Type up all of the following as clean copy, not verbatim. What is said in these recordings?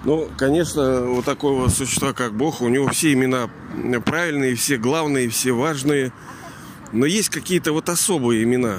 Ну, конечно, у такого существа, как Бог, у него все имена правильные, все главные, все важные. Но есть какие-то вот особые имена.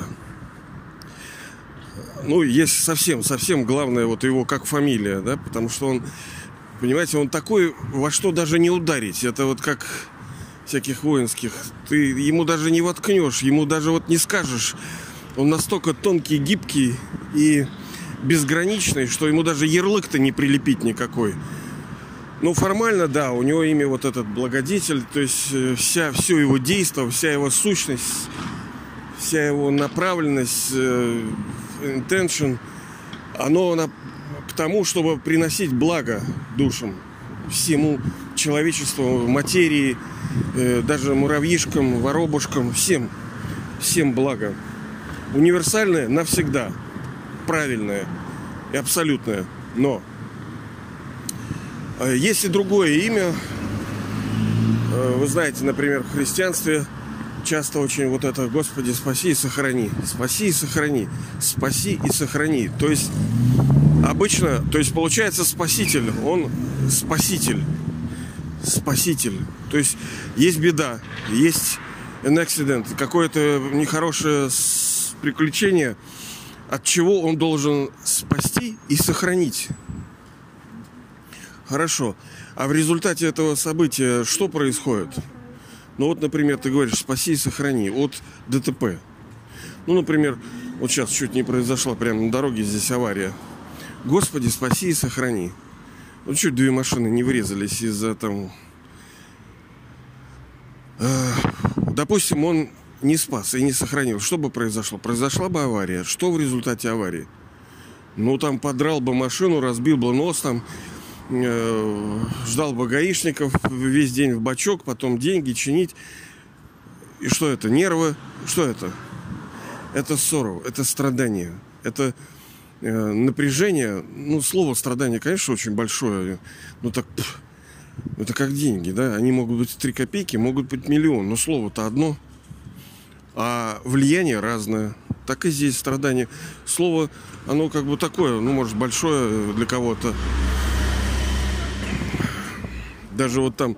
Ну, есть совсем главное вот его как фамилия, да, потому что он, понимаете, он такой, во что даже не ударить. Это вот как всяких воинских. Ты ему даже не воткнешь, ему даже вот не скажешь. Он настолько тонкий, гибкий и безграничный, что ему даже ярлык-то не прилепить никакой. Ну, формально, да, у него имя вот этот благодетель, то есть все его действия, вся его сущность, вся его направленность, intention, оно к тому, чтобы приносить благо душам, всему человечеству, материи, даже муравьишкам, воробушкам, всем благо. Универсальное навсегда, правильное и абсолютное. Но есть и другое имя. Вы знаете, например, в христианстве часто очень вот это: Господи, спаси и сохрани. Спаси и сохрани. Спаси и сохрани. То есть обычно, то есть получается спаситель, он спаситель. Спаситель. То есть есть беда, есть an accident, какое-то нехорошее приключение, от чего он должен спасти и сохранить. Хорошо. А в результате этого события что происходит? Ну вот, например, ты говоришь: спаси и сохрани от ДТП. Ну, например, вот сейчас чуть не произошла прямо на дороге здесь авария. Господи, спаси и сохрани. Вот чуть две машины не врезались из-за там... Допустим, он не спас и не сохранил. Что бы произошло? Произошла бы авария. Что в результате аварии? Ну, там подрал бы машину, разбил бы нос, там... ждал бы гаишников весь день в бачок, потом деньги чинить. И что это? Нервы? Что это? Это ссора, это страдание, это напряжение. Ну, слово страдание, конечно, очень большое. Ну, так, это как деньги, да? Они могут быть 3 копейки, могут быть миллион, но слово-то одно. А влияние разное. Так и здесь страдание. Слово, оно как бы такое, ну, может, большое для кого-то. Даже вот там,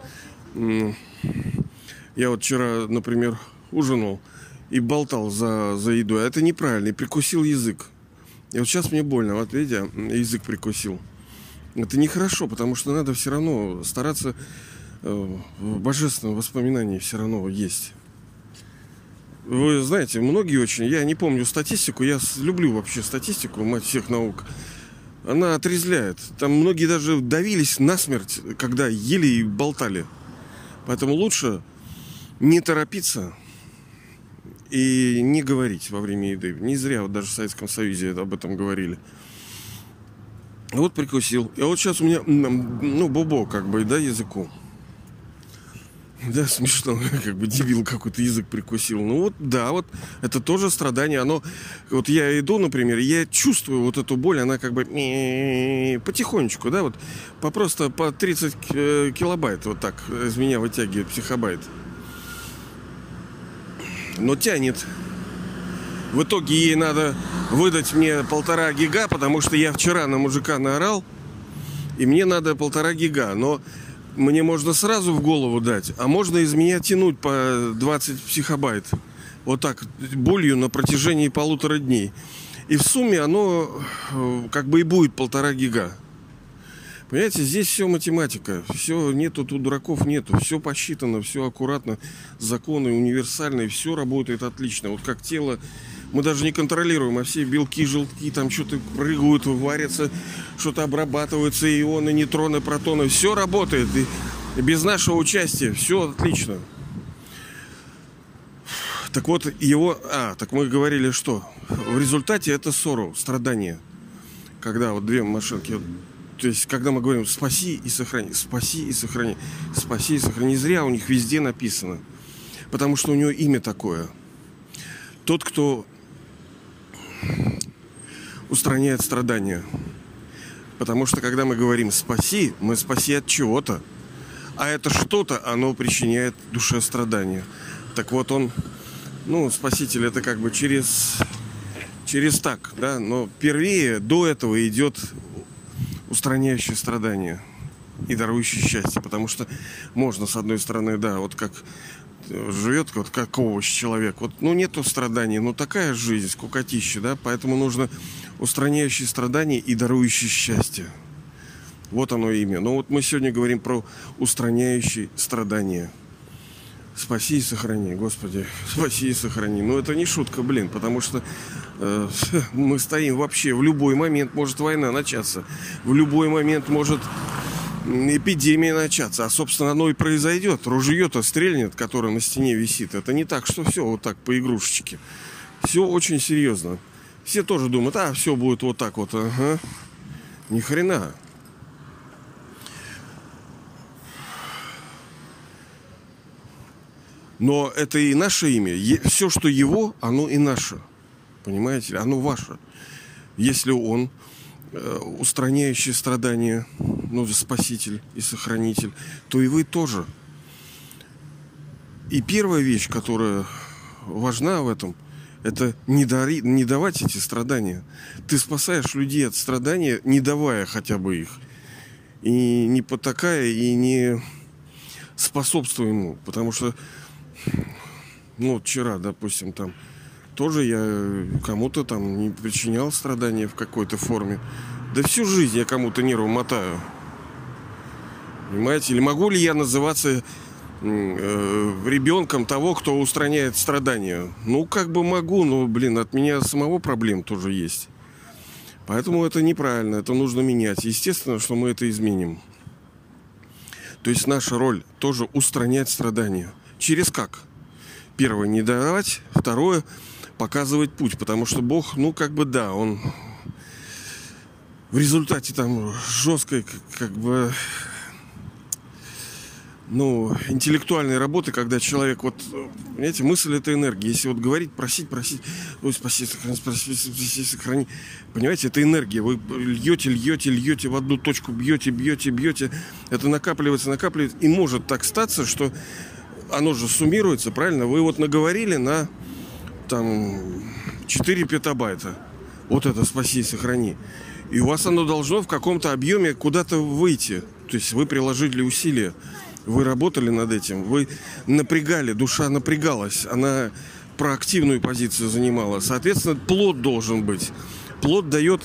я вот вчера, например, ужинал и болтал за едой. А это неправильно, и прикусил язык. И вот сейчас мне больно, вот видите, язык прикусил. Это нехорошо, потому что надо все равно стараться, божественное воспоминание все равно есть. Вы знаете, многие очень, я не помню статистику, я люблю вообще статистику, мать всех наук. Она отрезвляет. Там многие даже давились насмерть, когда ели и болтали. Поэтому лучше не торопиться и не говорить во время еды. Не зря вот даже в Советском Союзе об этом говорили. Вот прикусил. И вот сейчас у меня, ну, бобо как бы, да, языку. Да, смешно, как бы дебил какой-то язык прикусил. Ну вот, да, вот это тоже страдание. Оно, вот я иду, например, я чувствую вот эту боль, она как бы потихонечку, да, вот просто по 30 килобайт вот так из меня вытягивает психобайт. Но тянет. В итоге ей надо выдать мне 1,5 гига, потому что я вчера на мужика наорал, и мне надо 1,5 гига, но... Мне можно сразу в голову дать, а можно из меня тянуть по 20 психобайт. Вот так, болью на протяжении 1,5 дней. И в сумме оно как бы и будет 1,5 гига. Понимаете, здесь все математика. Все, нету, тут дураков нету. Все посчитано, все аккуратно. Законы универсальные, все работает отлично. Вот как тело мы даже не контролируем, а все белки, желтки там что-то прыгают, варятся, что-то обрабатываются, ионы, нейтроны, протоны. Все работает. И без нашего участия все отлично. Так вот, его... так мы говорили, что в результате это ссора, страдание. Когда вот две машинки... То есть, когда мы говорим «спаси и сохрани», «спаси и сохрани», «спаси и сохрани», не зря у них везде написано. Потому что у него имя такое. Тот, кто устраняет страдания. Потому что, когда мы говорим «спаси», мы спаси от чего-то. А это что-то, оно причиняет душе страдания. Так вот он, ну, спаситель, это как бы через так, да. Но первее, до этого идет устраняющий страдания и дарующий счастье. Потому что можно, с одной стороны, да, вот как живет вот как овощ человек. Вот, ну, нету страданий, но такая жизнь, скукотища, да, поэтому нужно устраняющий страдания и дарующий счастье. Вот оно имя. Но вот мы сегодня говорим про устраняющий страдания. Спаси и сохрани, Господи, спаси и сохрани. Но это не шутка, блин, потому что мы стоим вообще, в любой момент может война начаться, в любой момент может эпидемия начаться, а, собственно, оно и произойдет. Ружье-то стрельнет, которое на стене висит. Это не так, что все вот так по игрушечке. Все очень серьезно. Все тоже думают, а, все будет вот так вот. Ага. Ни хрена. Но это и наше имя. Все, что его, оно и наше. Понимаете? Оно ваше. Если он устраняющий страдания, ну, спаситель и сохранитель, то и вы тоже. И первая вещь, которая важна в этом, это не давать эти страдания. Ты спасаешь людей от страдания, не давая хотя бы их. И не потакая, и не способствуя ему. Потому что, ну, вчера, допустим, там тоже я кому-то там не причинял страдания в какой-то форме. Да всю жизнь я кому-то нервы мотаю. Понимаете? Или могу ли я называться ребенком того, кто устраняет страдания? Ну, как бы могу, но, блин, от меня самого проблем тоже есть. Поэтому это неправильно, это нужно менять. Естественно, что мы это изменим. То есть наша роль тоже устранять страдания. Через как? Первое, не давать. Второе, показывать путь. Потому что Бог, ну, как бы, да, Он в результате там жесткой, как бы, ну, интеллектуальной работы, когда человек, вот, понимаете, мысль — это энергия. Если вот говорить, просить, ой, спаси, сохрани. Понимаете, это энергия. Вы льете в одну точку, бьете. Это накапливается. И может так статься, что оно же суммируется, правильно? Вы вот наговорили на там 4 петабайта. Вот это спаси, сохрани. И у вас оно должно в каком-то объеме куда-то выйти. То есть вы приложили усилия. Вы работали над этим, вы напрягали, душа напрягалась, она проактивную позицию занимала. Соответственно, плод должен быть. Плод дает,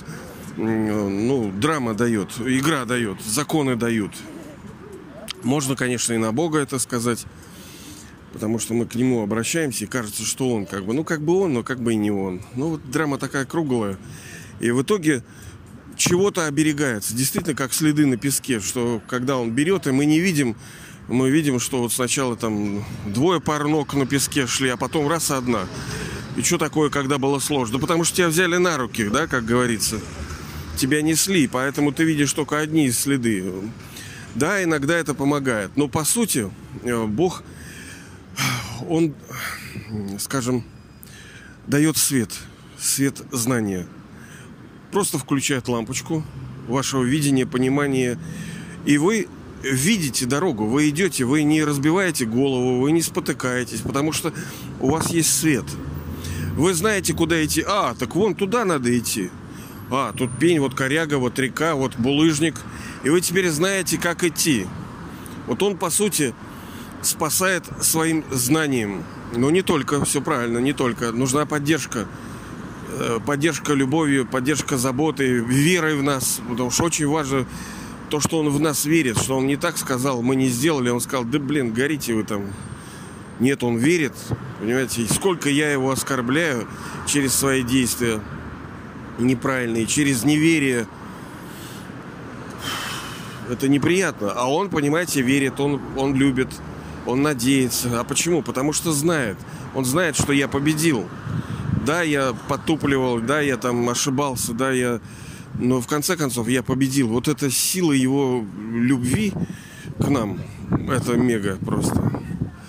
ну, драма дает, игра дает, законы дают. Можно, конечно, и на Бога это сказать, потому что мы к Нему обращаемся, и кажется, что Он как бы, ну, как бы Он, но как бы и не Он. Ну, вот драма такая круглая. И в итоге чего-то оберегается. Действительно, как следы на песке, что когда Он берет, и мы не видим, мы видим, что вот сначала там 2 пар ног на песке шли, а потом раз — одна. И что такое, когда было сложно? Да потому что тебя взяли на руки, да, как говорится. Тебя несли, поэтому ты видишь только одни следы. Да, иногда это помогает. Но по сути Бог, Он, скажем, дает свет знания. Просто включает лампочку вашего видения, понимания, и вы видите дорогу, вы идете, вы не разбиваете голову, вы не спотыкаетесь, потому что у вас есть свет. Вы знаете, куда идти. А, так вон туда надо идти. А, тут пень, вот коряга, вот река, вот булыжник. И вы теперь знаете, как идти. Вот Он, по сути, спасает своим знанием. Но не только, все правильно, не только. Нужна поддержка. Поддержка любовью, поддержка заботой, верой в нас. Потому что очень важно то, что Он в нас верит, что Он не так сказал, мы не сделали. Он сказал, да, блин, горите вы там. Нет, Он верит, понимаете. И сколько я Его оскорбляю через свои действия неправильные, через неверие. Это неприятно. А Он, понимаете, верит, Он любит, Он надеется. А почему? Потому что знает. Он знает, что я победил. Да, я подтупливал, да, я там ошибался, да, но в конце концов я победил. Вот эта сила Его любви к нам, это мега просто.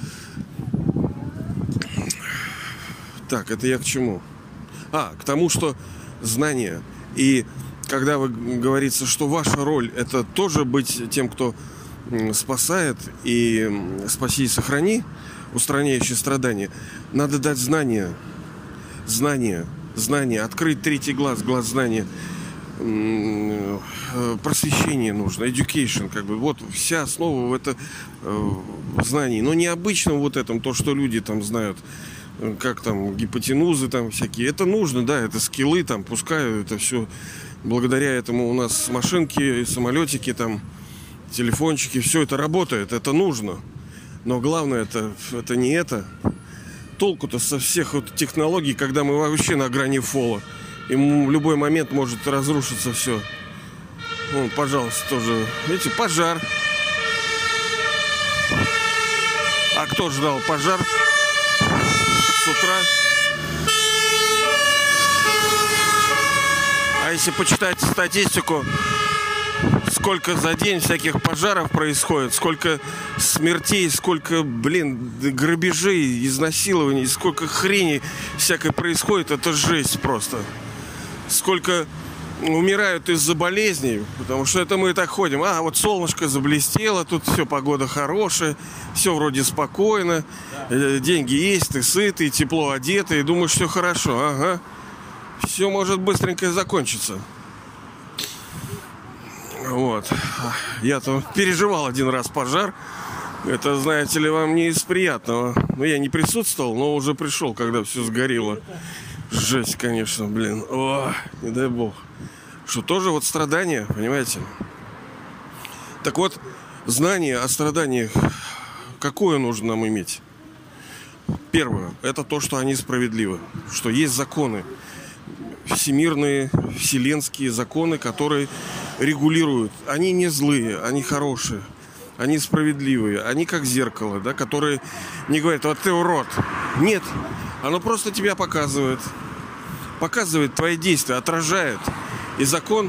Так, это я к чему? К тому, что знание. И когда говорится, что ваша роль — это тоже быть тем, кто спасает, и спаси и сохрани, устраняющий страдания, надо дать знания. Знание, открыть 3-й глаз знания. просвещение нужно, education, как бы, вот вся основа в это знаний. Но необычно вот этом, то, что люди там знают, как там гипотенузы там всякие, это нужно, да, это скиллы там, пускай это все, благодаря этому у нас машинки, самолетики там, телефончики, все это работает, это нужно. Но главное это не это. Толку-то со всех вот технологий, когда мы вообще на грани фола. И в любой момент может разрушиться все. Вон, пожалуйста, тоже. Видите, пожар. А кто ждал пожар с утра? А если почитать статистику, сколько за день всяких пожаров происходит, сколько смертей, сколько, грабежей, изнасилований, сколько хрени всякой происходит, это жесть просто. Сколько умирают из-за болезней, потому что это мы и так ходим. А, вот солнышко заблестело, тут все, погода хорошая, все вроде спокойно, деньги есть, ты сытый, тепло одетый, и думаешь, все хорошо, ага. Все может быстренько закончиться. Вот. Я-то переживал один раз пожар. Это, знаете ли, вам не из приятного. Ну, я не присутствовал, но уже пришел, когда все сгорело. Жесть, конечно, О, не дай бог. Что тоже вот страдания, понимаете? Так вот, знание о страданиях какое нужно нам иметь? Первое, это то, что они справедливы. Что есть законы. Всемирные, вселенские законы, которые регулируют. Они не злые, они хорошие, они справедливые, они как зеркало, да, которые не говорят, вот ты урод. Нет, оно просто тебя показывает. Показывает твои действия, отражает. И закон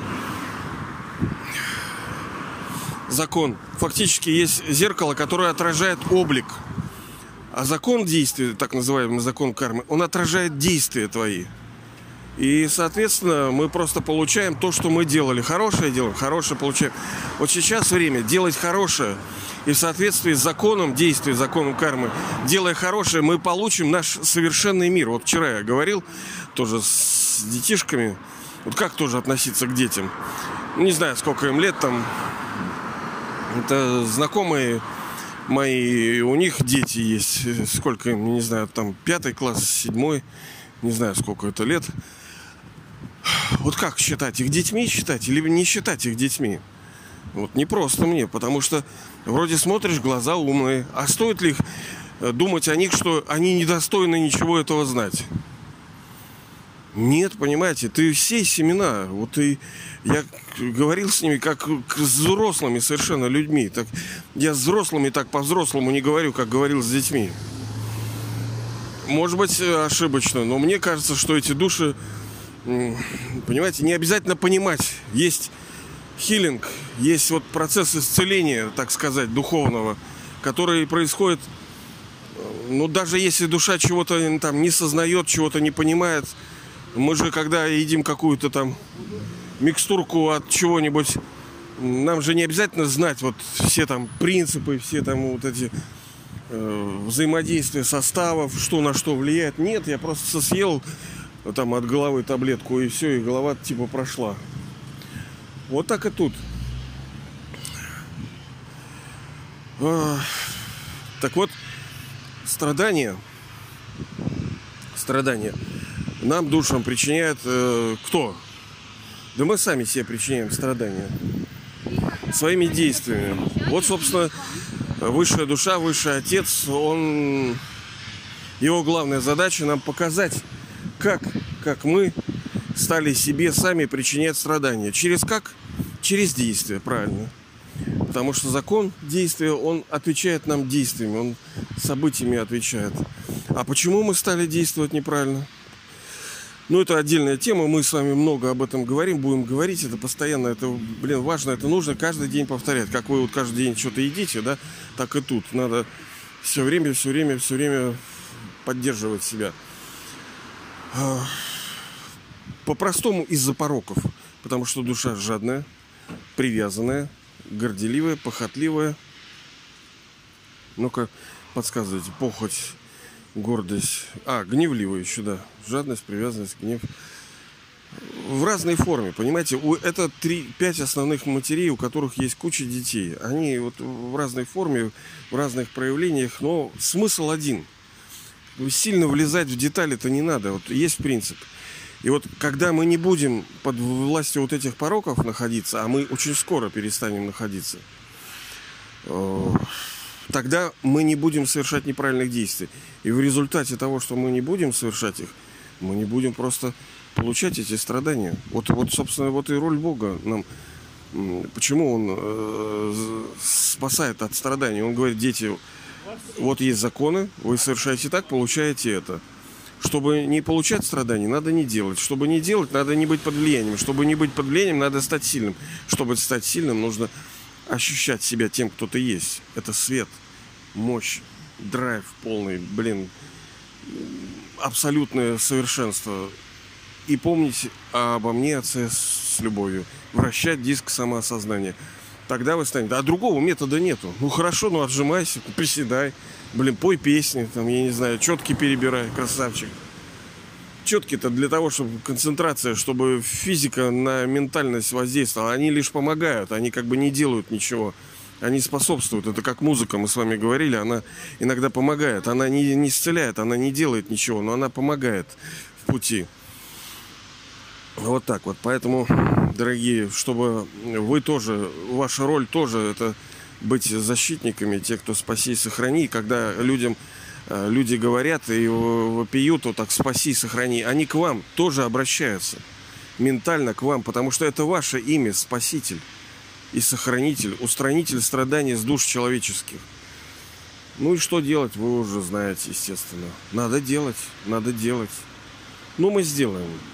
фактически есть зеркало, которое отражает облик. А закон действия, так называемый закон кармы, он отражает действия твои. И, соответственно, мы просто получаем то, что мы делали. Хорошее делаем, хорошее получаем. Вот сейчас время делать хорошее. И в соответствии с законом действия, законом кармы, делая хорошее, мы получим наш совершенный мир. Вот вчера я говорил тоже с детишками. Вот как тоже относиться к детям. Не знаю, сколько им лет там. Это знакомые мои, у них дети есть. Сколько им, не знаю, там 5 класс, 7. Не знаю, сколько это лет. Вот как считать их детьми считать или не считать их детьми? Вот не просто мне, потому что вроде смотришь, глаза умные. А стоит ли их думать о них, что они недостойны ничего этого знать? Нет, понимаете, ты все семена. Вот и я говорил с ними как с взрослыми совершенно людьми. Так, я с взрослыми так по-взрослому не говорю, как говорил с детьми. Может быть, ошибочно, но мне кажется, что эти души, понимаете, не обязательно понимать. Есть хилинг, есть вот процесс исцеления, так сказать, духовного, который происходит, ну, даже если душа чего-то там не сознает, чего-то не понимает. Мы же, когда едим какую-то там микстурку от чего-нибудь, нам же не обязательно знать вот все там принципы, все там вот эти взаимодействие составов, что на что влияет. Нет, я просто съел там от головы таблетку, и все, и голова типа прошла. Вот так и тут. Так вот, страдания нам, душам, причиняет кто? Да мы сами себе причиняем страдания своими действиями. Вот, собственно, высшая душа, высший отец, его главная задача нам показать, как мы стали себе сами причинять страдания. Через как? Через действия, правильно. Потому что закон действия, он отвечает нам действиями, он событиями отвечает. А почему мы стали действовать неправильно? Ну, это отдельная тема, мы с вами много об этом говорим, будем говорить, это постоянно, это, важно, это нужно каждый день повторять. Как вы вот каждый день что-то едите, да, так и тут. Надо все время поддерживать себя. По-простому из-за пороков. Потому что душа жадная, привязанная, горделивая, похотливая. Ну-ка, подсказывайте, похоть, гордость. Гневливая еще, да. Жадность, привязанность, гнев. в разной форме, понимаете? Это 5 основных матерей, у которых есть куча детей. Они вот в разной форме, в разных проявлениях, но смысл один. Сильно влезать в детали-то не надо. Вот есть принцип. И вот когда мы не будем под властью вот этих пороков находиться, а мы очень скоро перестанем находиться, тогда мы не будем совершать неправильных действий. И в результате того, что мы не будем совершать их, мы не будем просто получать эти страдания. Вот, собственно, вот и роль Бога нам. Почему Он спасает от страданий? Он говорит: дети, вот есть законы, вы совершаете так, получаете это. Чтобы не получать страданий, надо не делать. Чтобы не делать, надо не быть под влиянием. Чтобы не быть под влиянием, надо стать сильным. Чтобы стать сильным, нужно ощущать себя тем, кто ты есть. Это свет, мощь, драйв полный, абсолютное совершенство. И помнить обо мне, Отце, с любовью. Вращать диск самоосознания. Тогда вы станете. А другого метода нету. Ну хорошо, отжимайся, приседай. Пой песни, я не знаю, четки перебирай, красавчик. Четки-то для того, чтобы концентрация, чтобы физика на ментальность воздействовала. Они лишь помогают, они как бы не делают ничего. Они способствуют. Это как музыка, мы с вами говорили, она иногда помогает. Она не исцеляет, она не делает ничего, но она помогает в пути. Вот так вот. Поэтому, дорогие, чтобы вы тоже, ваша роль тоже это быть защитниками, те, кто спаси и сохрани. Когда люди говорят и вопиют, вот так: спаси, сохрани, они к вам тоже обращаются. Ментально к вам, потому что это ваше имя, Спаситель и Сохранитель, устранитель страданий с душ человеческих. Ну и что делать, вы уже знаете, естественно. Надо делать, надо делать. Ну, мы сделаем.